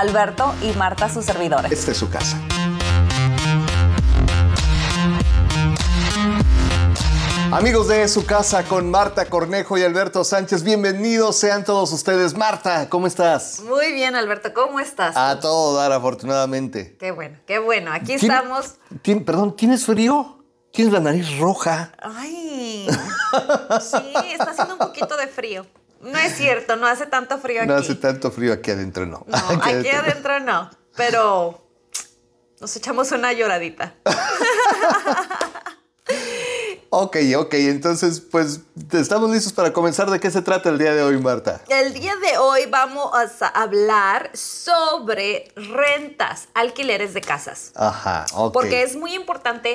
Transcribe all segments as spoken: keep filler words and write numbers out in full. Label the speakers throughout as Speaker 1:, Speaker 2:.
Speaker 1: Alberto y Marta, sus servidores.
Speaker 2: Esta es su casa. Amigos de Su Casa con Marta Cornejo y Alberto Sánchez, bienvenidos sean todos ustedes. Marta, ¿cómo estás?
Speaker 1: Muy bien, Alberto, ¿cómo estás?
Speaker 2: A todo dar, afortunadamente.
Speaker 1: Qué bueno, qué bueno. Aquí
Speaker 2: ¿Tien,
Speaker 1: estamos.
Speaker 2: ¿tien, perdón, ¿tienes frío? ¿Tienes la nariz roja?
Speaker 1: Ay, sí, está haciendo un poquito de frío. No es cierto, no hace tanto frío aquí.
Speaker 2: No hace tanto frío aquí adentro, no.
Speaker 1: No, aquí, aquí adentro. adentro no, pero nos echamos una lloradita.
Speaker 2: Ok, ok, entonces pues estamos listos para comenzar. ¿De qué se trata el día de hoy, Marta?
Speaker 1: El día de hoy vamos a hablar sobre rentas, alquileres de casas.
Speaker 2: Ajá, ok.
Speaker 1: Porque es muy importante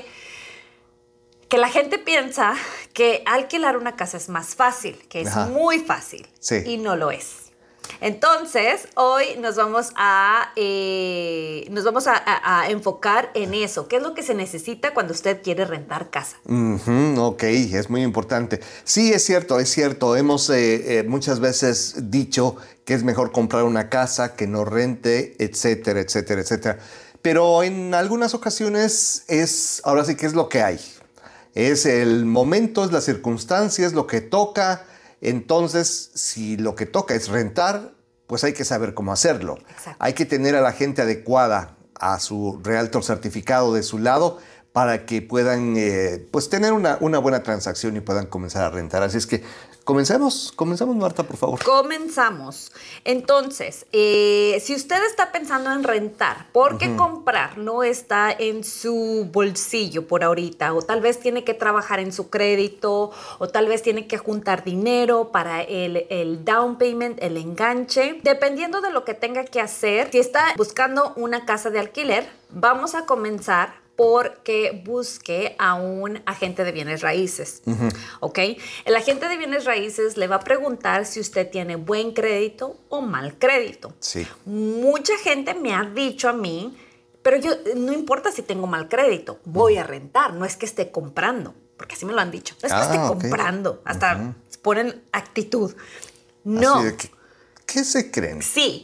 Speaker 1: que la gente piensa que alquilar una casa es más fácil, que es Ajá. muy fácil.
Speaker 2: Sí.
Speaker 1: Y no lo es. Entonces, hoy nos vamos a, eh, nos vamos a, a, a enfocar en eso. ¿Qué es lo que se necesita cuando usted quiere rentar casa?
Speaker 2: Uh-huh, ok, es muy importante. Sí, es cierto, es cierto. Hemos eh, eh, muchas veces dicho que es mejor comprar una casa que no rente, etcétera, etcétera, etcétera. Pero en algunas ocasiones es, ahora sí que es lo que hay. Es el momento, es la circunstancia, es lo que toca. Entonces, si lo que toca es rentar, pues hay que saber cómo hacerlo.
Speaker 1: Exacto.
Speaker 2: Hay que tener a la gente adecuada a su realtor certificado de su lado para que puedan eh, pues tener una, una buena transacción y puedan comenzar a rentar. Así es que comencemos, comenzamos, Marta, por favor.
Speaker 1: Comenzamos. Entonces, eh, si usted está pensando en rentar, porque uh-huh. comprar no está en su bolsillo por ahorita, o tal vez tiene que trabajar en su crédito, o tal vez tiene que juntar dinero para el, el down payment, el enganche, dependiendo de lo que tenga que hacer. Si está buscando una casa de alquiler, vamos a comenzar porque busque a un agente de bienes raíces, uh-huh. ¿ok? El agente de bienes raíces le va a preguntar si usted tiene buen crédito o mal crédito.
Speaker 2: Sí.
Speaker 1: Mucha gente me ha dicho a mí, pero yo no importa si tengo mal crédito, voy uh-huh. a rentar, no es que esté comprando, porque así me lo han dicho, no es que ah, esté okay. comprando, hasta uh-huh. ponen actitud. No.
Speaker 2: Así de que, ¿qué se creen?
Speaker 1: Sí,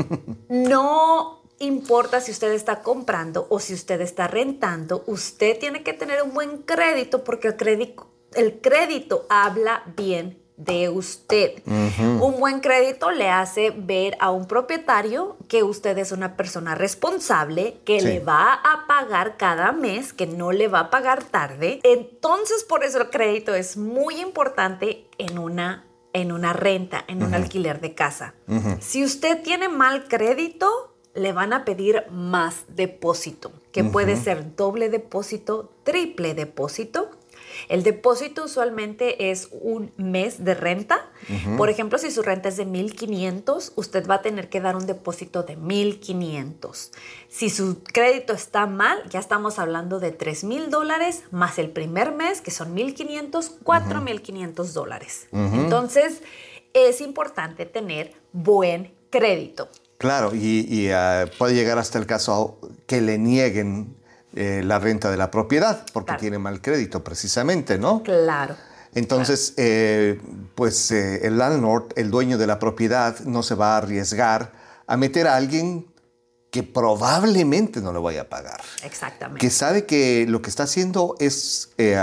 Speaker 1: no importa si usted está comprando o si usted está rentando, usted tiene que tener un buen crédito porque el crédito, el crédito habla bien de usted. Uh-huh. Un buen crédito le hace ver a un propietario que usted es una persona responsable, que sí. le va a pagar cada mes, que no le va a pagar tarde. Entonces, por eso el crédito es muy importante en una, en una renta, en uh-huh. un alquiler de casa. Uh-huh. Si usted tiene mal crédito, le van a pedir más depósito, que uh-huh. puede ser doble depósito, triple depósito. El depósito usualmente es un mes de renta. Uh-huh. Por ejemplo, si su renta es de mil quinientos, usted va a tener que dar un depósito de mil quinientos. Si su crédito está mal, ya estamos hablando de tres mil dólares más el primer mes, que son mil quinientos, cuatro mil quinientos dólares. Uh-huh. Entonces, es importante tener buen crédito.
Speaker 2: Claro, y, y uh, puede llegar hasta el caso que le nieguen eh, la renta de la propiedad porque claro. tiene mal crédito, precisamente, ¿no?
Speaker 1: Claro.
Speaker 2: Entonces, claro. Eh, pues eh, el landlord, el dueño de la propiedad, no se va a arriesgar a meter a alguien que probablemente no le vaya a pagar.
Speaker 1: Exactamente.
Speaker 2: Que sabe que lo que está haciendo es eh,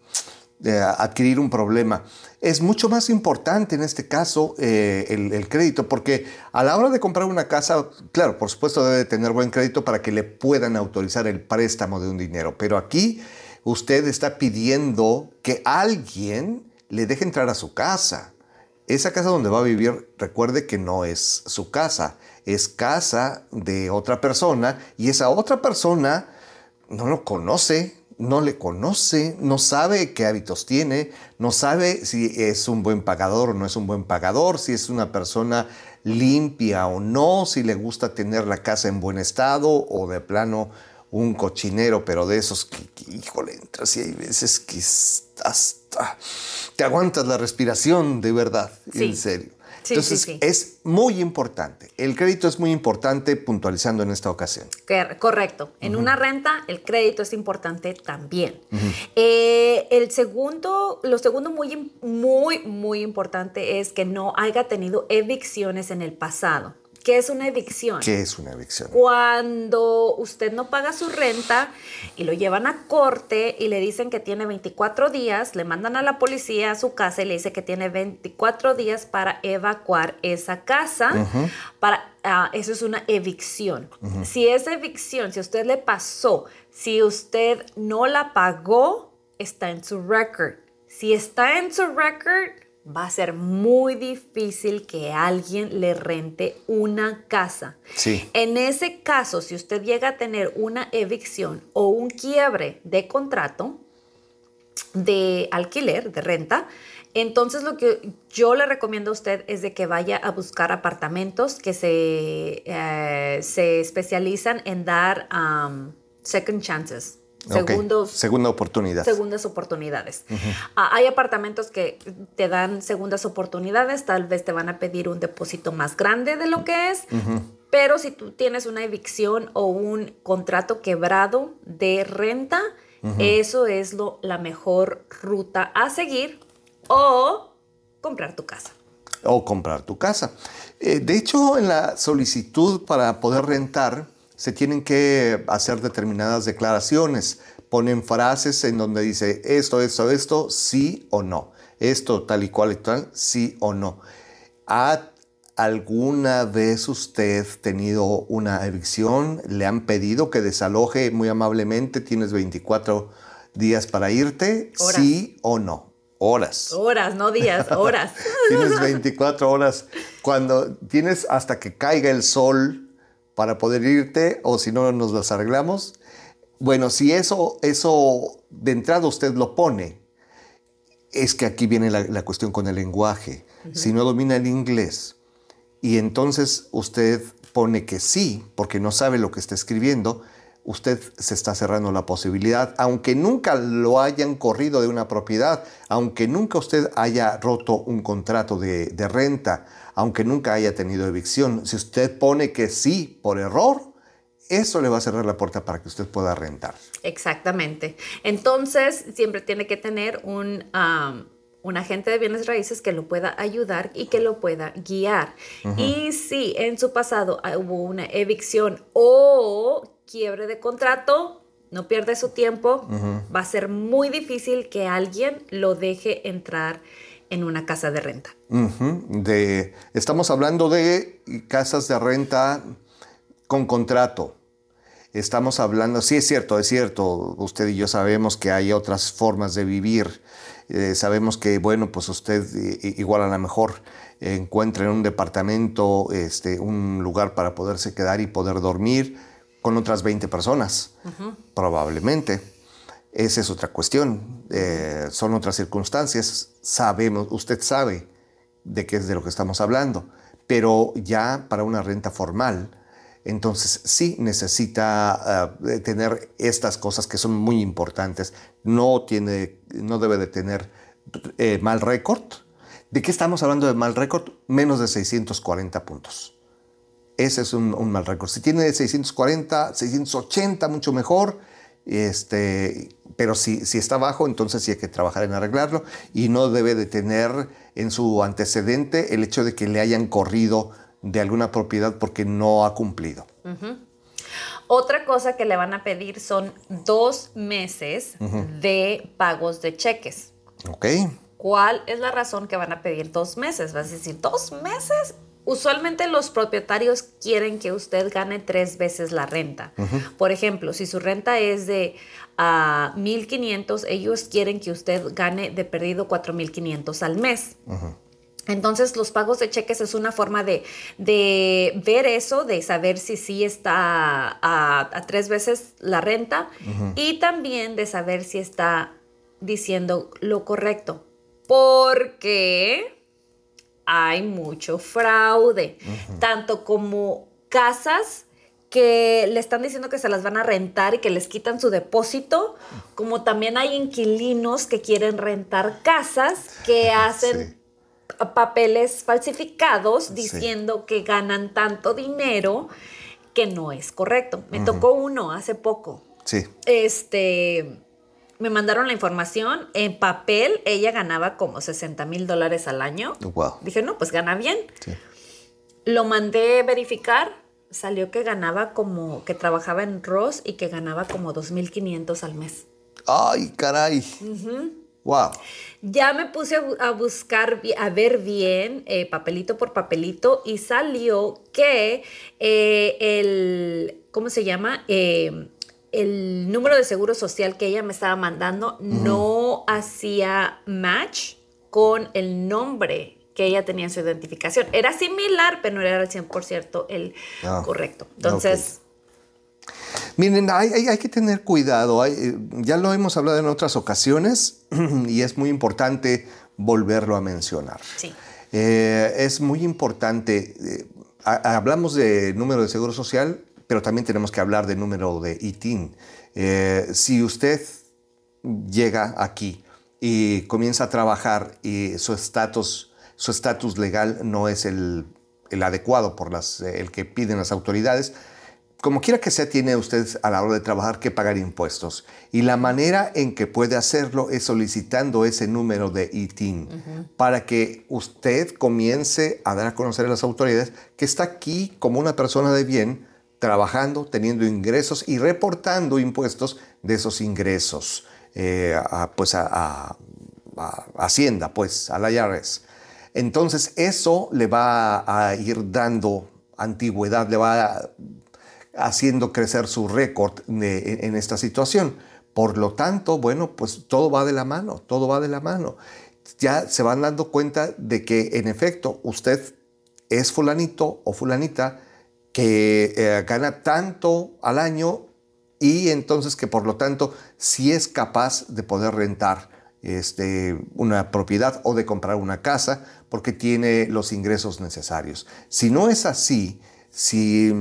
Speaker 2: eh, adquirir un problema. Es mucho más importante en este caso eh, el, el crédito, porque a la hora de comprar una casa, claro, por supuesto debe tener buen crédito para que le puedan autorizar el préstamo de un dinero. Pero aquí usted está pidiendo que alguien le deje entrar a su casa. Esa casa donde va a vivir, recuerde que no es su casa, es casa de otra persona y esa otra persona no lo conoce. No le conoce, no sabe qué hábitos tiene, no sabe si es un buen pagador o no es un buen pagador, si es una persona limpia o no, si le gusta tener la casa en buen estado o de plano un cochinero, pero de esos que, que híjole, entras y hay veces que hasta te aguantas la respiración, de verdad, sí. en serio.
Speaker 1: Sí,
Speaker 2: Entonces,
Speaker 1: sí, sí.
Speaker 2: es muy importante. El crédito es muy importante, puntualizando en esta ocasión.
Speaker 1: Correcto. En uh-huh. una renta, el crédito es importante también.
Speaker 2: Uh-huh.
Speaker 1: Eh, el segundo, lo segundo muy, muy, muy importante es que no haya tenido evicciones en el pasado. ¿Qué ¿Qué es una evicción?
Speaker 2: ¿Qué es una evicción?
Speaker 1: Cuando usted no paga su renta y lo llevan a corte y le dicen que tiene veinticuatro días, le mandan a la policía a su casa y le dice que tiene veinticuatro días para evacuar esa casa. Uh-huh. Para, uh, eso es una evicción. Uh-huh. Si esa evicción, si a usted le pasó, si usted no la pagó, está en su record. Si está en su record, va a ser muy difícil que alguien le rente una casa.
Speaker 2: Sí.
Speaker 1: En ese caso, si usted llega a tener una evicción o un quiebre de contrato de alquiler, de renta, entonces lo que yo le recomiendo a usted es de que vaya a buscar apartamentos que se, eh, se especializan en dar um, second chances. Segundos,
Speaker 2: okay. Segunda oportunidad.
Speaker 1: Segundas oportunidades. Uh-huh. Uh, hay apartamentos que te dan segundas oportunidades, tal vez te van a pedir un depósito más grande de lo que es, uh-huh. pero si tú tienes una evicción o un contrato quebrado de renta, uh-huh. eso es lo, la mejor ruta a seguir, o comprar tu casa.
Speaker 2: O comprar tu casa. Eh, de hecho, en la solicitud para poder rentar, se tienen que hacer determinadas declaraciones. Ponen frases en donde dice esto, esto, esto, sí o no. Esto, tal y cual y tal, sí o no. ¿Ha alguna vez usted tenido una evicción? ¿Le han pedido que desaloje muy amablemente? ¿Tienes veinticuatro días para irte?
Speaker 1: Horas.
Speaker 2: ¿Sí o no? Horas.
Speaker 1: Horas, no días, horas.
Speaker 2: Tienes veinticuatro horas. Cuando tienes hasta que caiga el sol para poder irte, o si no nos las arreglamos. Bueno, si eso, eso de entrada usted lo pone, es que aquí viene la, la cuestión con el lenguaje. Uh-huh. Si no domina el inglés y entonces usted pone que sí, porque no sabe lo que está escribiendo, usted se está cerrando la posibilidad, aunque nunca lo hayan corrido de una propiedad, aunque nunca usted haya roto un contrato de, de renta, aunque nunca haya tenido evicción. Si usted pone que sí por error, eso le va a cerrar la puerta para que usted pueda rentar.
Speaker 1: Exactamente. Entonces, siempre tiene que tener un, um, un agente de bienes raíces que lo pueda ayudar y que lo pueda guiar. Uh-huh. Y si en su pasado hubo una evicción o quiebre de contrato, no pierde su tiempo. Uh-huh. Va a ser muy difícil que alguien lo deje entrar en una casa de renta.
Speaker 2: Uh-huh. De, estamos hablando de casas de renta con contrato. Estamos hablando, sí es cierto, es cierto, usted y yo sabemos que hay otras formas de vivir. Eh, sabemos que, bueno, pues usted eh, igual a lo mejor eh, encuentra en un departamento este, un lugar para poderse quedar y poder dormir con otras veinte personas, uh-huh. probablemente. Esa es otra cuestión, eh, son otras circunstancias, sabemos, usted sabe de qué es de lo que estamos hablando, pero ya para una renta formal, entonces sí necesita uh, tener estas cosas que son muy importantes. No, tiene, no debe de tener eh, mal récord. ¿De qué estamos hablando de mal récord? Menos de seiscientos cuarenta puntos. Ese es un, un mal récord. Si tiene seiscientos cuarenta, seiscientos ochenta, mucho mejor. Este, pero si, si está bajo, entonces sí hay que trabajar en arreglarlo y no debe de tener en su antecedente el hecho de que le hayan corrido de alguna propiedad porque no ha cumplido.
Speaker 1: Uh-huh. Otra cosa que le van a pedir son dos meses uh-huh. de pagos de cheques.
Speaker 2: Ok.
Speaker 1: ¿Cuál es la razón que van a pedir dos meses? Vas a decir, ¿dos meses? Usualmente los propietarios quieren que usted gane tres veces la renta. Uh-huh. Por ejemplo, si su renta es de uh, mil quinientos, ellos quieren que usted gane de perdido cuatro mil quinientos al mes. Uh-huh. Entonces, los pagos de cheques es una forma de, de ver eso, de saber si sí está a, a tres veces la renta uh-huh. y también de saber si está diciendo lo correcto. Porque hay mucho fraude, uh-huh. tanto como casas que le están diciendo que se las van a rentar y que les quitan su depósito, como también hay inquilinos que quieren rentar casas que hacen sí. papeles falsificados diciendo sí. que ganan tanto dinero que no es correcto. Me uh-huh. tocó uno hace poco.
Speaker 2: Sí.
Speaker 1: Este... Me mandaron la información. En papel, ella ganaba como sesenta mil dólares al año.
Speaker 2: Wow.
Speaker 1: Dije, no, pues gana bien.
Speaker 2: Sí.
Speaker 1: Lo mandé verificar, salió que ganaba como, que trabajaba en Ross y que ganaba como dos mil quinientos al mes.
Speaker 2: ¡Ay, caray!
Speaker 1: Uh-huh.
Speaker 2: ¡Wow!
Speaker 1: Ya me puse a, bu- a buscar, bi- a ver bien, eh, papelito por papelito, y salió que eh, el, ¿cómo se llama? Eh, el número de seguro social que ella me estaba mandando
Speaker 2: Uh-huh.
Speaker 1: no hacía match con el nombre que ella tenía en su identificación. Era similar, pero no era al cien por ciento el
Speaker 2: Ah,
Speaker 1: correcto. Entonces,
Speaker 2: Miren, hay, hay- hay que tener cuidado. Hay, eh, ya lo hemos hablado en otras ocasiones y es muy importante volverlo a mencionar.
Speaker 1: sí.
Speaker 2: Eh, es muy importante. eh, ha- hablamos de número de seguro social, pero también tenemos que hablar de número de I T I N. Eh, si usted llega aquí y comienza a trabajar y su estatus su estatus legal no es el, el adecuado por las, eh, el que piden las autoridades, como quiera que sea, tiene usted a la hora de trabajar que pagar impuestos. Y la manera en que puede hacerlo es solicitando ese número de I T I N uh-huh. para que usted comience a dar a conocer a las autoridades que está aquí como una persona de bien, trabajando, teniendo ingresos y reportando impuestos de esos ingresos eh, a, pues a, a, a Hacienda, pues a la I R S. Entonces eso le va a ir dando antigüedad, le va a haciendo crecer su récord en, en esta situación. Por lo tanto, bueno, pues todo va de la mano, todo va de la mano. Ya se van dando cuenta de que, en efecto, usted es fulanito o fulanita que eh, gana tanto al año y entonces que, por lo tanto, sí es capaz de poder rentar este, una propiedad o de comprar una casa porque tiene los ingresos necesarios. Si no es así, si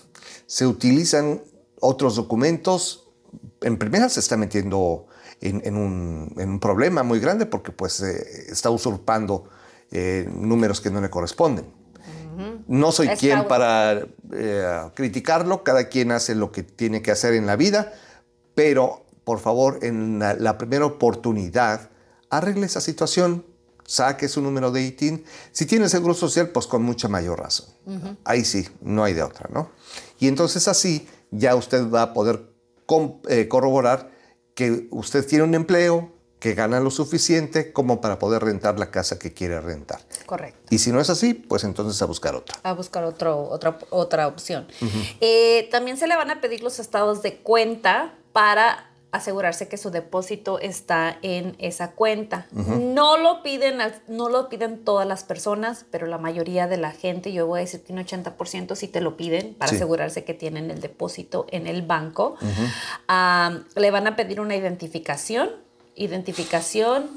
Speaker 2: se utilizan otros documentos, en primera se está metiendo en, en, un, en un problema muy grande porque pues, eh, está usurpando eh, números que no le corresponden. Uh-huh. No soy es quien fraude. para eh, criticarlo, cada quien hace lo que tiene que hacer en la vida, pero por favor, en la, la primera oportunidad, arregle esa situación, saque su número de I T I N. Si tiene seguro social, pues con mucha mayor razón. Uh-huh. Ahí sí, no hay de otra, ¿no? Y entonces así ya usted va a poder eh, corroborar que usted tiene un empleo, que gana lo suficiente como para poder rentar la casa que quiere rentar.
Speaker 1: Correcto.
Speaker 2: Y si no es así, pues entonces a buscar otra.
Speaker 1: A buscar otro, otra, otra opción. Uh-huh. eh, también se le van a pedir los estados de cuenta para asegurarse que su depósito está en esa cuenta. Uh-huh. No lo piden, no lo piden todas las personas, pero la mayoría de la gente, yo voy a decir que un ochenta por ciento sí te lo piden para sí. asegurarse que tienen el depósito en el banco. Uh-huh. Um, le van a pedir una identificación, identificación,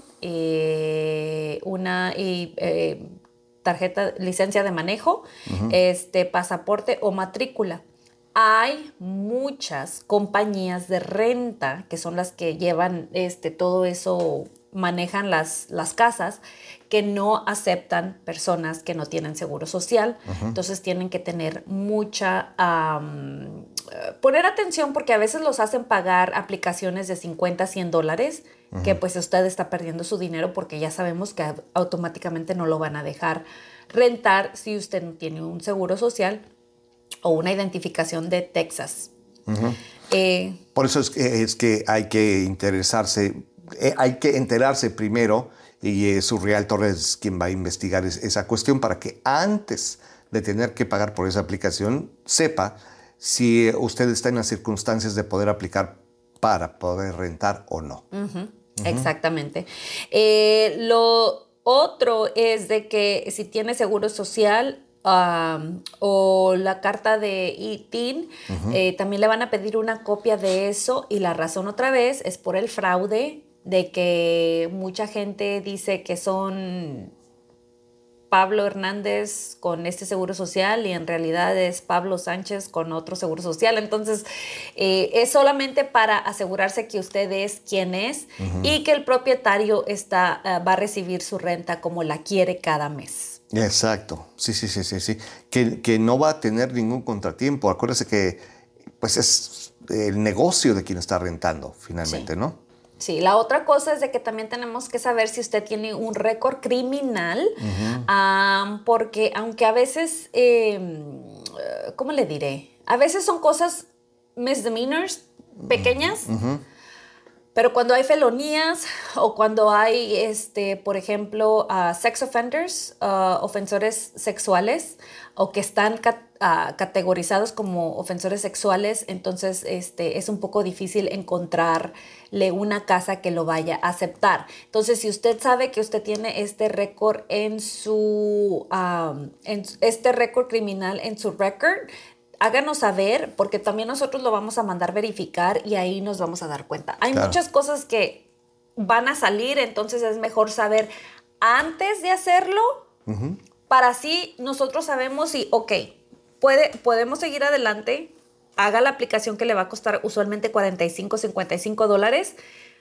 Speaker 1: eh, una y, eh, tarjeta, licencia de manejo, uh-huh. este, pasaporte o matrícula. Hay muchas compañías de renta que son las que llevan este, todo eso, manejan las, las casas, que no aceptan personas que no tienen seguro social. Uh-huh. Entonces tienen que tener mucha, um, poner atención porque a veces los hacen pagar aplicaciones de cincuenta, cien dólares, uh-huh. que pues usted está perdiendo su dinero porque ya sabemos que automáticamente no lo van a dejar rentar si usted no tiene un seguro social o una identificación de Texas.
Speaker 2: Uh-huh.
Speaker 1: Eh,
Speaker 2: Por eso es que, es que hay que interesarse, eh, hay que enterarse primero y eh, su realtor es quien va a investigar es, esa cuestión para que antes de tener que pagar por esa aplicación sepa si usted está en las circunstancias de poder aplicar para poder rentar o no.
Speaker 1: Uh-huh. Uh-huh. Exactamente. Eh, lo otro es de que si tiene seguro social, Um, o la carta de I T I N, uh-huh. eh, también le van a pedir una copia de eso y la razón otra vez es por el fraude de que mucha gente dice que son Pablo Hernández con este seguro social y en realidad es Pablo Sánchez con otro seguro social. Entonces eh, es solamente para asegurarse que usted es quien es uh-huh. y que el propietario está, uh, va a recibir su renta como la quiere cada mes.
Speaker 2: Exacto, sí, sí, sí, sí, sí. Que, que no va a tener ningún contratiempo. Acuérdese que pues es el negocio de quien está rentando finalmente,
Speaker 1: sí.
Speaker 2: ¿no?
Speaker 1: Sí, la otra cosa es de que también tenemos que saber si usted tiene un récord criminal,
Speaker 2: Ujú.
Speaker 1: um, porque aunque a veces, eh, ¿cómo le diré? A veces son cosas misdemeanors pequeñas,
Speaker 2: Ujú.
Speaker 1: pero cuando hay felonías o cuando hay, este, por ejemplo, uh, sex offenders, uh, ofensores sexuales, o que están cat- uh, categorizados como ofensores sexuales, entonces este, es un poco difícil encontrarle una casa que lo vaya a aceptar. Entonces, si usted sabe que usted tiene este récord en su, um, en este récord criminal en su record, háganos saber, porque también nosotros lo vamos a mandar verificar y ahí nos vamos a dar cuenta. Hay
Speaker 2: Claro.
Speaker 1: muchas cosas que van a salir, entonces es mejor saber antes de hacerlo,
Speaker 2: Ujú.
Speaker 1: para así nosotros sabemos si, ok, puede, podemos seguir adelante, haga la aplicación que le va a costar usualmente cuarenta y cinco, cincuenta y cinco dólares,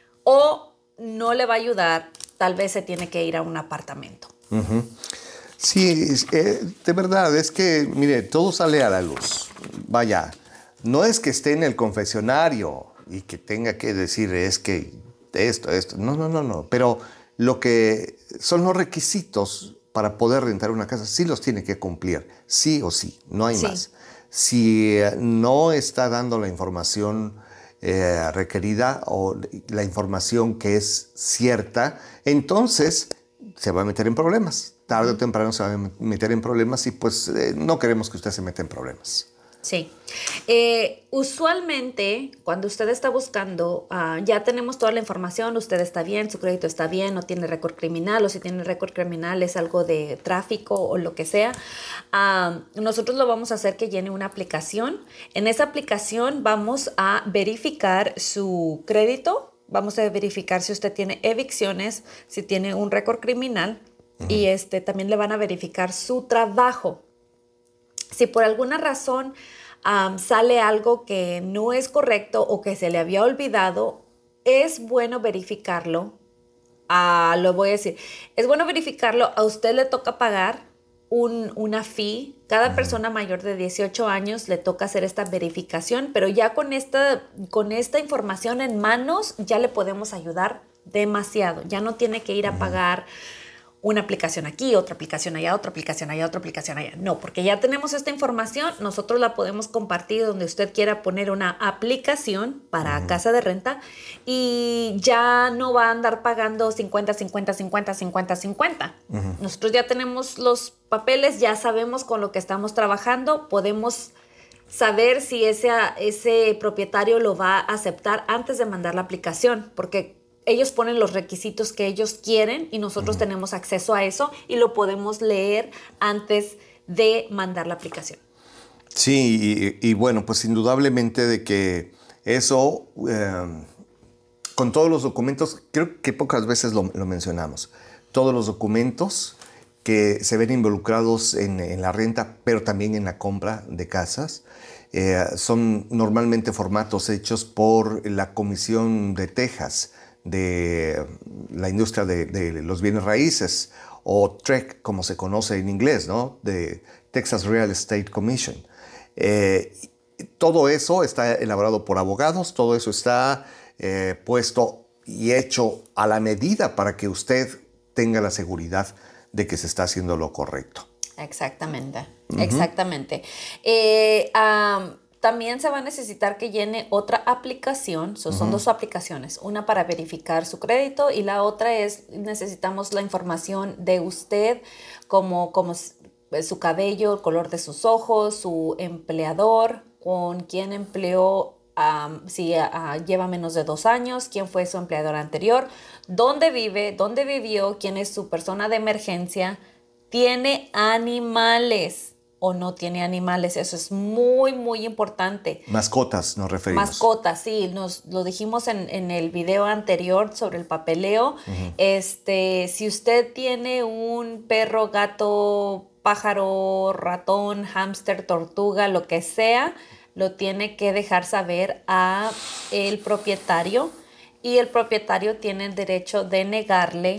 Speaker 1: o no le va a ayudar, tal vez se tiene que ir a un apartamento.
Speaker 2: Ujú. Sí, es- eh, de verdad, es que, mire, todo sale a la luz. Vaya, no es que esté en el confesionario y que tenga que decir es que esto, esto. No, no, no, no. Pero lo que son los requisitos para poder rentar una casa, sí los tiene que cumplir, sí o sí, no hay
Speaker 1: Sí.
Speaker 2: más. Si eh, no está dando la información eh, requerida o la información que es cierta, entonces se va a meter en problemas. Tarde o temprano se va a meter en problemas y pues eh, no queremos que usted se meta en problemas.
Speaker 1: Sí. Eh, usualmente, cuando usted está buscando, uh, ya tenemos toda la información, usted está bien, su crédito está bien, no tiene récord criminal, o si tiene récord criminal es algo de tráfico o lo que sea, uh, nosotros lo vamos a hacer que llene una aplicación. En esa aplicación vamos a verificar su crédito, vamos a verificar si usted tiene evicciones, si tiene un récord criminal, uh-huh. Y este, también le van a verificar su trabajo. Si por alguna razón um, sale algo que no es correcto o que se le había olvidado, es bueno verificarlo. Uh, lo voy a decir. Es bueno verificarlo. A usted le toca pagar un, una fee. Cada uh-huh. persona mayor de dieciocho años le toca hacer esta verificación, pero ya con esta, con esta información en manos ya le podemos ayudar demasiado. Ya no tiene que ir a uh-huh. pagar una aplicación aquí, otra aplicación allá, otra aplicación allá, otra aplicación allá. No, porque ya tenemos esta información, nosotros la podemos compartir donde usted quiera poner una aplicación para uh-huh. casa de renta y ya no va a andar pagando cincuenta, cincuenta, cincuenta, cincuenta, cincuenta. Uh-huh. Nosotros ya tenemos los papeles, ya sabemos con lo que estamos trabajando, podemos saber si ese, ese propietario lo va a aceptar antes de mandar la aplicación, porque ellos ponen los requisitos que ellos quieren y nosotros uh-huh. tenemos acceso a eso y lo podemos leer antes de mandar la aplicación.
Speaker 2: Sí, y, y bueno, pues indudablemente de que eso, eh, con todos los documentos, creo que pocas veces lo, lo mencionamos, todos los documentos que se ven involucrados en, en la renta, pero también en la compra de casas, eh, son normalmente formatos hechos por la Comisión de Texas, de la industria de, de los bienes raíces, o T R E C, como se conoce en inglés, ¿no? De Texas Real Estate Commission. Eh, todo eso está elaborado por abogados, todo eso está eh, puesto y hecho a la medida para que usted tenga la seguridad de que se está haciendo lo correcto.
Speaker 1: Exactamente, uh-huh. exactamente. Eh, um, También se va a necesitar que llene otra aplicación, so, uh-huh. son dos aplicaciones, una para verificar su crédito y la otra es, necesitamos la información de usted, como, como su cabello, el color de sus ojos, su empleador, con quién empleó, um, si uh, lleva menos de dos años, quién fue su empleador anterior, dónde vive, dónde vivió, quién es su persona de emergencia, tiene animales o no tiene animales. Eso es muy, muy importante.
Speaker 2: Mascotas nos referimos.
Speaker 1: Mascotas, sí. Nos lo dijimos en, en el video anterior sobre el papeleo. Uh-huh. Este, si usted tiene un perro, gato, pájaro, ratón, hámster, tortuga, lo que sea, lo tiene que dejar saber a el propietario y el propietario tiene el derecho de negarle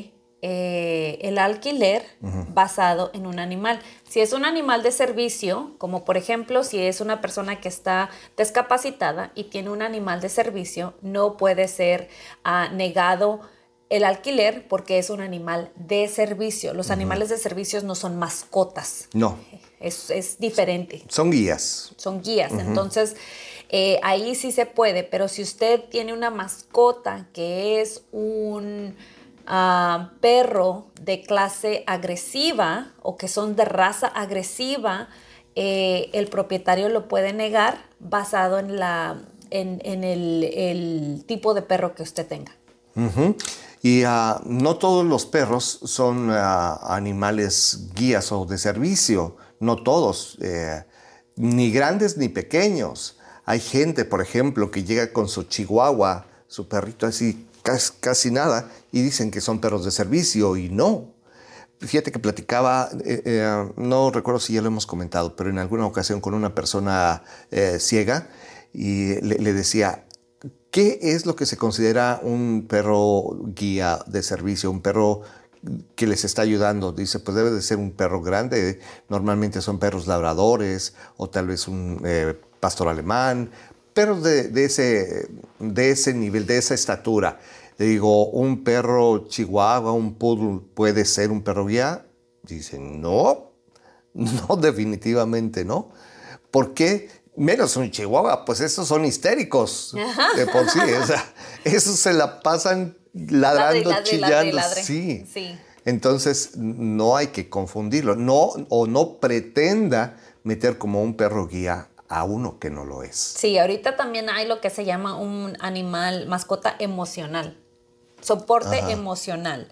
Speaker 1: eh, el alquiler uh-huh. basado en un animal. Si es un animal de servicio, como por ejemplo si es una persona que está discapacitada y tiene un animal de servicio, no puede ser uh, negado el alquiler porque es un animal de servicio. Los uh-huh. animales de servicios no son mascotas.
Speaker 2: No.
Speaker 1: Es, es diferente.
Speaker 2: Son guías.
Speaker 1: Son guías. Uh-huh. Entonces, eh, ahí sí se puede. Pero si usted tiene una mascota que es un uh, perro de clase agresiva o que son de raza agresiva, eh, el propietario lo puede negar basado en, la, en, en el, el tipo de perro que usted tenga.
Speaker 2: Uh-huh. Y uh, no todos los perros son uh, animales guías o de servicio, no todos, eh, ni grandes ni pequeños. Hay gente, por ejemplo, que llega con su chihuahua, su perrito así, casi, casi nada, y dicen que son perros de servicio, y no. Fíjate que platicaba, eh, eh, no recuerdo si ya lo hemos comentado, pero en alguna ocasión con una persona eh, ciega, y le, le decía, ¿qué es lo que se considera un perro guía de servicio, un perro que les está ayudando? Dice, pues debe de ser un perro grande. Normalmente son perros labradores o tal vez un eh, pastor alemán, perros de, de, ese, de ese nivel, de esa estatura. Le digo, ¿un perro chihuahua, un poodle puede ser un perro guía? Dice, no, no, definitivamente no. ¿Por qué? Menos un chihuahua, pues esos son histéricos de por sí. O sea, esos se la pasan ladrando, ladre, ladre, chillando. Ladre, ladre. Sí. sí. Entonces, no hay que confundirlo. No, o no pretenda meter como un perro guía a uno que no lo es.
Speaker 1: Sí, ahorita también hay lo que se llama un animal, mascota emocional. Soporte Ajá. emocional.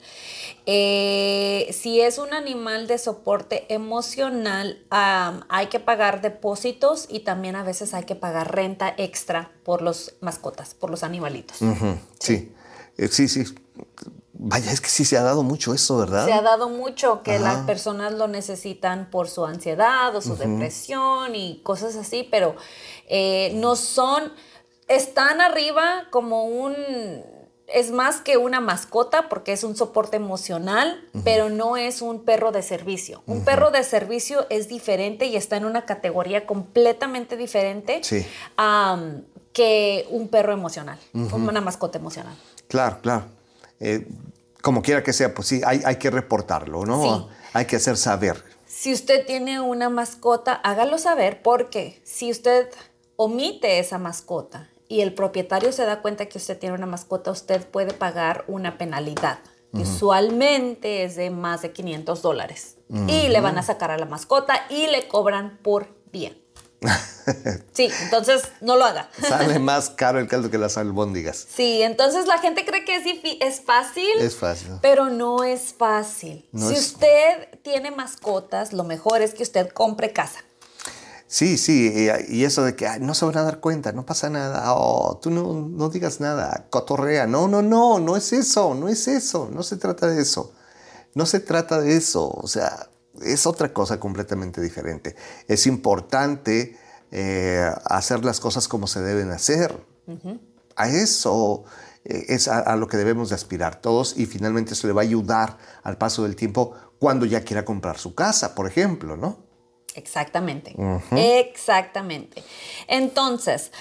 Speaker 1: Eh, si es un animal de soporte emocional, um, hay que pagar depósitos y también a veces hay que pagar renta extra por los mascotas, por los animalitos.
Speaker 2: Uh-huh. Sí, sí, eh, sí, sí. Vaya, es que sí se ha dado mucho eso, ¿verdad?
Speaker 1: Se ha dado mucho que Ajá. las personas lo necesitan por su ansiedad o su uh-huh. depresión y cosas así, pero eh, no son, están arriba como un... Es más que una mascota porque es un soporte emocional, uh-huh. pero no es un perro de servicio. Un uh-huh. perro de servicio es diferente y está en una categoría completamente diferente
Speaker 2: sí.
Speaker 1: um, que un perro emocional, uh-huh. una mascota emocional.
Speaker 2: Claro, claro. Eh, como quiera que sea, pues sí, hay, hay que reportarlo, ¿no? Sí. Hay que hacer saber.
Speaker 1: Si usted tiene una mascota, hágalo saber porque si usted omite esa mascota y el propietario se da cuenta que usted tiene una mascota, usted puede pagar una penalidad. Uh-huh. Usualmente es de más de quinientos dólares. Uh-huh. Y le van a sacar a la mascota y le cobran por día. Sí, entonces no lo haga.
Speaker 2: Sale más caro el caldo que las albóndigas.
Speaker 1: Sí, entonces la gente cree que es, difí- es fácil.
Speaker 2: Es fácil.
Speaker 1: Pero no es fácil. No si es... usted tiene mascotas, lo mejor es que usted compre casa.
Speaker 2: Sí, sí, y eso de que ay, no se van a dar cuenta, no pasa nada, oh, tú no, no digas nada, cotorrea. No, no, no, no es eso, no es eso, no se trata de eso, no se trata de eso, o sea, es otra cosa completamente diferente. Es importante eh, hacer las cosas como se deben hacer. Uh-huh. A eso eh, es a, a lo que debemos de aspirar todos y finalmente eso le va a ayudar al paso del tiempo cuando ya quiera comprar su casa, por ejemplo, ¿no?
Speaker 1: Exactamente, uh-huh. exactamente. Entonces,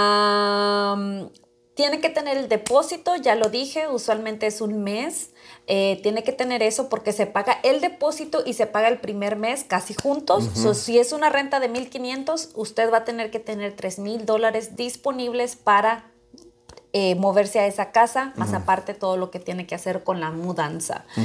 Speaker 1: um, tiene que tener el depósito, ya lo dije, usualmente es un mes. Eh, tiene que tener eso porque se paga el depósito y se paga el primer mes casi juntos. Uh-huh. So, si es una renta de mil quinientos, usted va a tener que tener tres mil dólares disponibles para eh, moverse a esa casa, más uh-huh. aparte todo lo que tiene que hacer con la mudanza. Uh-huh.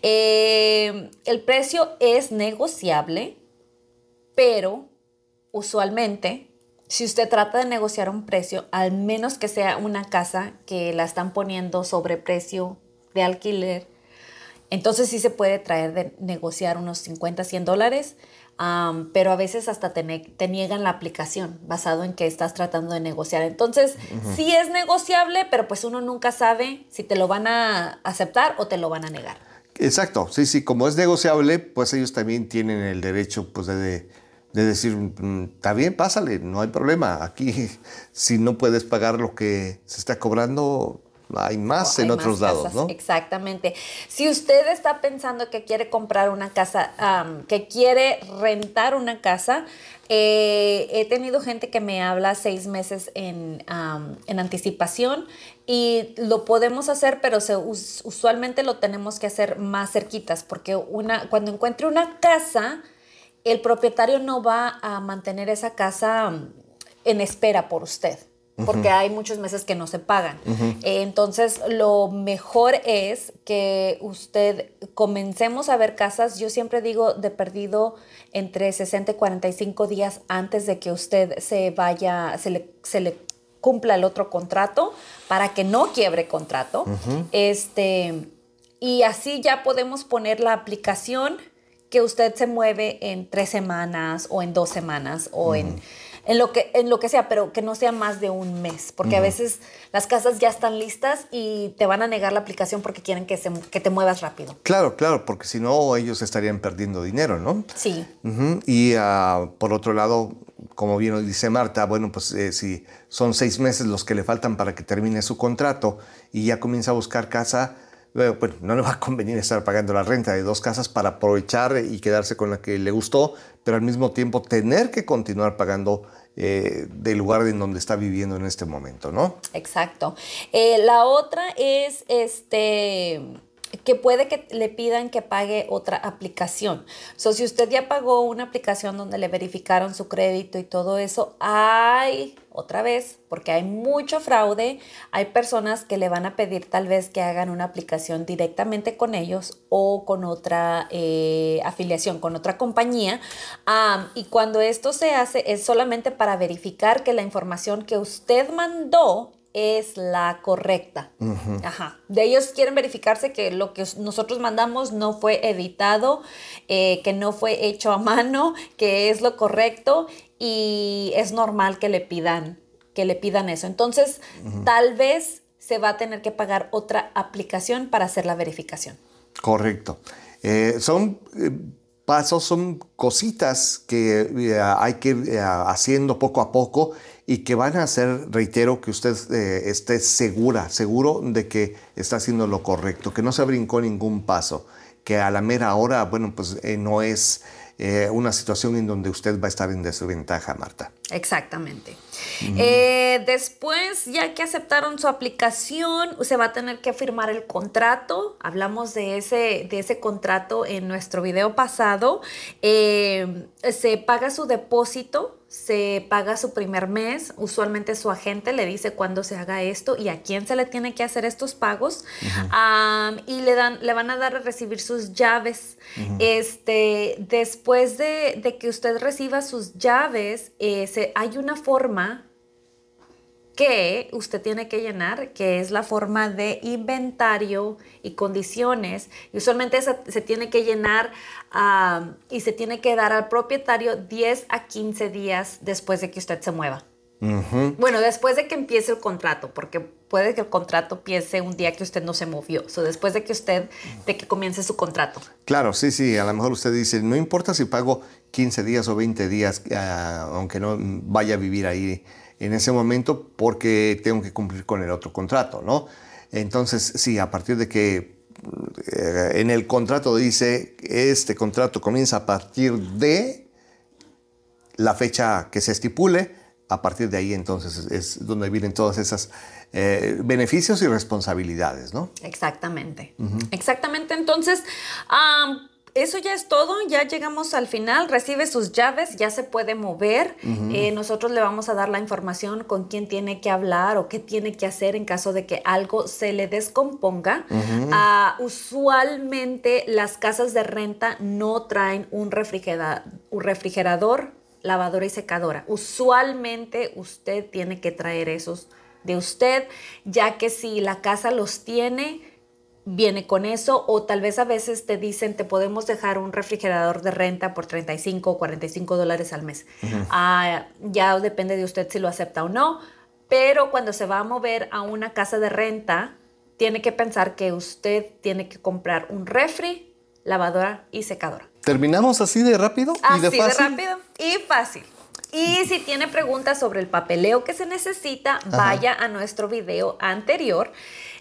Speaker 1: Eh, el precio es negociable. Pero, usualmente, si usted trata de negociar un precio, al menos que sea una casa que la están poniendo sobre precio de alquiler, entonces sí se puede traer de negociar unos cincuenta, cien dólares, um, pero a veces hasta te, ne- te niegan la aplicación basado en que estás tratando de negociar. Entonces, uh-huh. sí es negociable, pero pues uno nunca sabe si te lo van a aceptar o te lo van a negar.
Speaker 2: Exacto, sí, sí, como es negociable, pues ellos también tienen el derecho pues, de... de... de decir, está bien, pásale, no hay problema. Aquí, si no puedes pagar lo que se está cobrando, hay más
Speaker 1: Oh,
Speaker 2: en
Speaker 1: hay
Speaker 2: otros
Speaker 1: más
Speaker 2: lados,
Speaker 1: casas,
Speaker 2: ¿no?
Speaker 1: exactamente. Si usted está pensando que quiere comprar una casa, um, que quiere rentar una casa, eh, he tenido gente que me habla seis meses en, um, en anticipación y lo podemos hacer, pero se, us, usualmente lo tenemos que hacer más cerquitas porque una, cuando encuentre una casa, el propietario no va a mantener esa casa um, en espera por usted. Porque uh-huh. hay muchos meses que no se pagan. Uh-huh. Eh, entonces, lo mejor es que usted comencemos a ver casas. Yo siempre digo de perdido entre sesenta y cuarenta y cinco días antes de que usted se vaya, se le, se le cumpla el otro contrato para que no quiebre contrato. Uh-huh. Este, y así ya podemos poner la aplicación que usted se mueve en tres semanas o en dos semanas o uh-huh. en... En lo, que, en lo que sea, pero que no sea más de un mes. Porque uh-huh. a veces las casas ya están listas y te van a negar la aplicación porque quieren que, se, que te muevas rápido.
Speaker 2: Claro, claro, porque si no ellos estarían perdiendo dinero, ¿no?
Speaker 1: Sí.
Speaker 2: Uh-huh. Y uh, por otro lado, como bien dice Marta, bueno, pues eh, si son seis meses los que le faltan para que termine su contrato y ya comienza a buscar casa, bueno, no le va a convenir estar pagando la renta de dos casas para aprovechar y quedarse con la que le gustó, pero al mismo tiempo tener que continuar pagando eh, del lugar en donde está viviendo en este momento, ¿no?
Speaker 1: Exacto. Eh, la otra es este... que puede que le pidan que pague otra aplicación. So, si usted ya pagó una aplicación donde le verificaron su crédito y todo eso, hay, otra vez, porque hay mucho fraude, hay personas que le van a pedir tal vez que hagan una aplicación directamente con ellos o con otra eh, afiliación, con otra compañía. Um, y cuando esto se hace es solamente para verificar que la información que usted mandó es la correcta. Uh-huh. Ajá. De ellos quieren verificarse que lo que nosotros mandamos no fue editado, eh, que no fue hecho a mano, que es lo correcto y es normal que le pidan, que le pidan eso. Entonces, uh-huh. tal vez se va a tener que pagar otra aplicación para hacer la verificación.
Speaker 2: Correcto. Eh, son eh, pasos, son cositas que eh, hay que ir eh, haciendo poco a poco y que van a hacer, reitero, que usted eh, esté segura, seguro de que está haciendo lo correcto, que no se brincó ningún paso, que a la mera hora, bueno, pues eh, no es eh, una situación en donde usted va a estar en desventaja, Marta.
Speaker 1: Exactamente. Uh-huh. Eh, después, ya que aceptaron su aplicación, se va a tener que firmar el contrato. Hablamos de ese, de ese contrato en nuestro video pasado. Eh, se paga su depósito. Se paga su primer mes, usualmente su agente le dice cuándo se haga esto y a quién se le tiene que hacer estos pagos. Uh-huh. um, y le, dan, le van a dar a recibir sus llaves. Uh-huh. Este, después de, de que usted reciba sus llaves, eh, se, hay una forma que usted tiene que llenar, que es la forma de inventario y condiciones. Y usualmente esa se tiene que llenar uh, y se tiene que dar al propietario diez a quince días después de que usted se mueva. Uh-huh. Bueno, después de que empiece el contrato, porque puede que el contrato empiece un día que usted no se movió. O so, después de que usted, de que comience su contrato.
Speaker 2: Claro, sí, sí. A lo mejor usted dice, no importa si pago quince días o veinte días, uh, aunque no vaya a vivir ahí en ese momento porque tengo que cumplir con el otro contrato, ¿no? Entonces, sí, a partir de que eh, en el contrato dice este contrato comienza a partir de la fecha que se estipule, a partir de ahí entonces es, es donde vienen todos esos eh, beneficios y responsabilidades, ¿no?
Speaker 1: Exactamente. Uh-huh. Exactamente. Entonces, um, eso ya es todo, ya llegamos al final, recibe sus llaves, ya se puede mover. Uh-huh. Eh, nosotros le vamos a dar la información con quién tiene que hablar o qué tiene que hacer en caso de que algo se le descomponga. Uh-huh. Uh, usualmente las casas de renta no traen un, refrigera- un refrigerador, lavadora y secadora. Usualmente usted tiene que traer esos de usted, ya que si la casa los tiene, viene con eso, o tal vez a veces te dicen te podemos dejar un refrigerador de renta por treinta y cinco o cuarenta y cinco dólares al mes. Uh-huh. Uh, ya depende de usted si lo acepta o no, pero cuando se va a mover a una casa de renta, tiene que pensar que usted tiene que comprar un refri, lavadora y secadora.
Speaker 2: ¿Terminamos así de rápido
Speaker 1: así
Speaker 2: y de fácil?
Speaker 1: Así de rápido y fácil. Y si tiene preguntas sobre el papeleo que se necesita, Ajá. vaya a nuestro video anterior.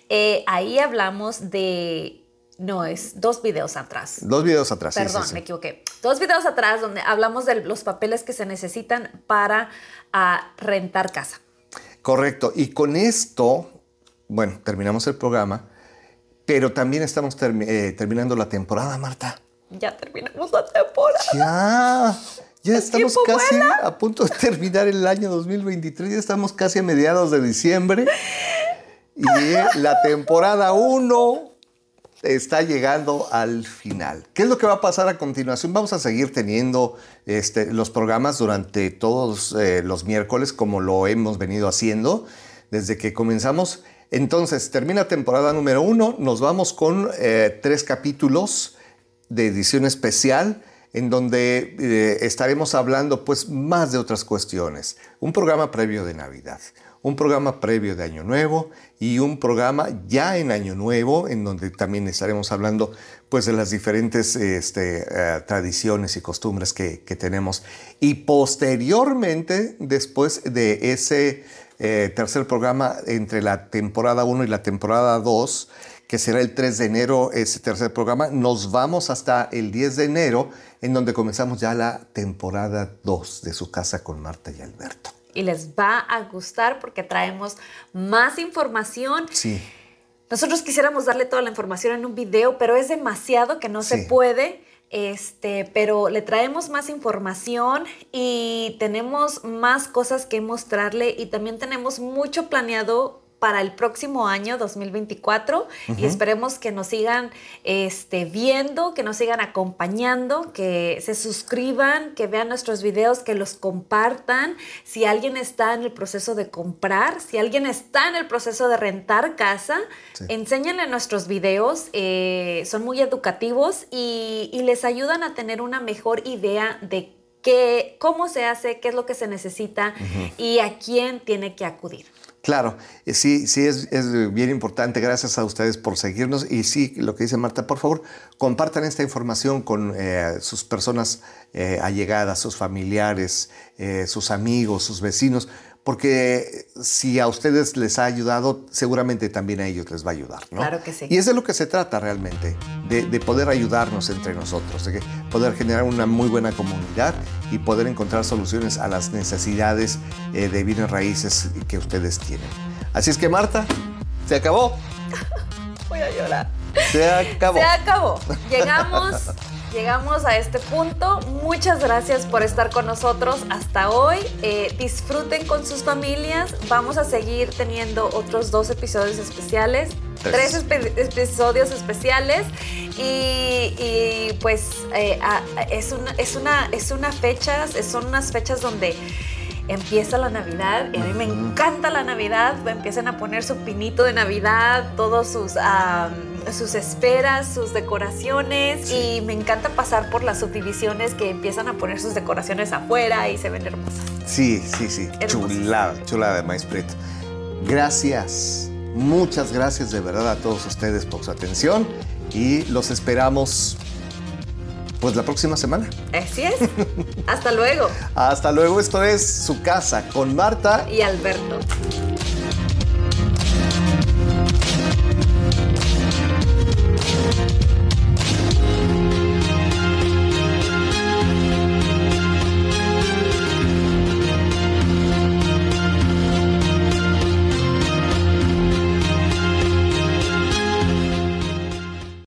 Speaker 1: Eh, ahí hablamos de... No, es dos videos atrás.
Speaker 2: Dos videos atrás,
Speaker 1: Perdón,
Speaker 2: sí, sí, sí.
Speaker 1: me equivoqué. Dos videos atrás donde hablamos de los papeles que se necesitan para uh, rentar casa.
Speaker 2: Correcto. Y con esto, bueno, terminamos el programa, pero también estamos termi- eh, terminando la temporada, Marta.
Speaker 1: Ya terminamos la temporada.
Speaker 2: Ya, ya estamos casi
Speaker 1: vuela.
Speaker 2: a punto de terminar el año dos mil veintitrés. Ya estamos casi a mediados de diciembre. Y la temporada uno está llegando al final. ¿Qué es lo que va a pasar a continuación? Vamos a seguir teniendo este, los programas durante todos eh, los miércoles, como lo hemos venido haciendo desde que comenzamos. Entonces, termina temporada número uno. Nos vamos con eh, tres capítulos de edición especial, en donde eh, estaremos hablando pues más de otras cuestiones. Un programa previo de Navidad, un programa previo de Año Nuevo y un programa ya en Año Nuevo, en donde también estaremos hablando pues de las diferentes este, uh, tradiciones y costumbres que, que tenemos. Y posteriormente, después de ese eh, tercer programa entre la temporada uno y la temporada dos, que será el tres de enero, ese tercer programa, nos vamos hasta el diez de enero, en donde comenzamos ya la temporada dos de Su Casa con Marta y Alberto.
Speaker 1: Y les va a gustar porque traemos más información.
Speaker 2: Sí.
Speaker 1: Nosotros quisiéramos darle toda la información en un video, pero es demasiado que no
Speaker 2: Sí.
Speaker 1: se puede. Este, pero le traemos más información y tenemos más cosas que mostrarle y también tenemos mucho planeado para el próximo año dos mil veinticuatro. Uh-huh. Y esperemos que nos sigan este, viendo, que nos sigan acompañando, que se suscriban, que vean nuestros videos, que los compartan. Si alguien está en el proceso de comprar, si alguien está en el proceso de rentar casa, sí. enséñenle nuestros videos, eh, son muy educativos y, y les ayudan a tener una mejor idea de qué, cómo se hace, qué es lo que se necesita uh-huh. y a quién tiene que acudir.
Speaker 2: Claro, sí, sí es, es bien importante. Gracias a ustedes por seguirnos. Y sí, lo que dice Marta, por favor, compartan esta información con eh, sus personas eh, allegadas, sus familiares, eh, sus amigos, sus vecinos, porque si a ustedes les ha ayudado, seguramente también a ellos les va a ayudar, ¿no?
Speaker 1: Claro que sí.
Speaker 2: Y es de lo que se trata realmente, de, de poder ayudarnos entre nosotros, de poder generar una muy buena comunidad y poder encontrar soluciones a las necesidades eh, de bienes raíces que ustedes tienen. Así es que, Marta, se acabó.
Speaker 1: Voy a llorar.
Speaker 2: Se acabó.
Speaker 1: Se acabó. Llegamos, llegamos a este punto. Muchas gracias por estar con nosotros hasta hoy. Eh, disfruten con sus familias. Vamos a seguir teniendo otros dos episodios especiales. Tres, tres espe- episodios especiales. Y, y pues eh, a, es, una, es, una, es una fecha, son unas fechas donde empieza la Navidad y a mí me encanta la Navidad. Empiezan a poner su pinito de Navidad, todos sus, um, sus esferas, sus decoraciones sí. y me encanta pasar por las subdivisiones que empiezan a poner sus decoraciones afuera y se ven hermosas.
Speaker 2: Sí, sí, sí. Hermosas. Chulada, chulada de Maíz Prieto. Gracias, muchas gracias de verdad a todos ustedes por su atención y los esperamos pues la próxima semana.
Speaker 1: Así es. Hasta luego.
Speaker 2: Hasta luego. Esto es Su Casa con Marta
Speaker 1: y Alberto.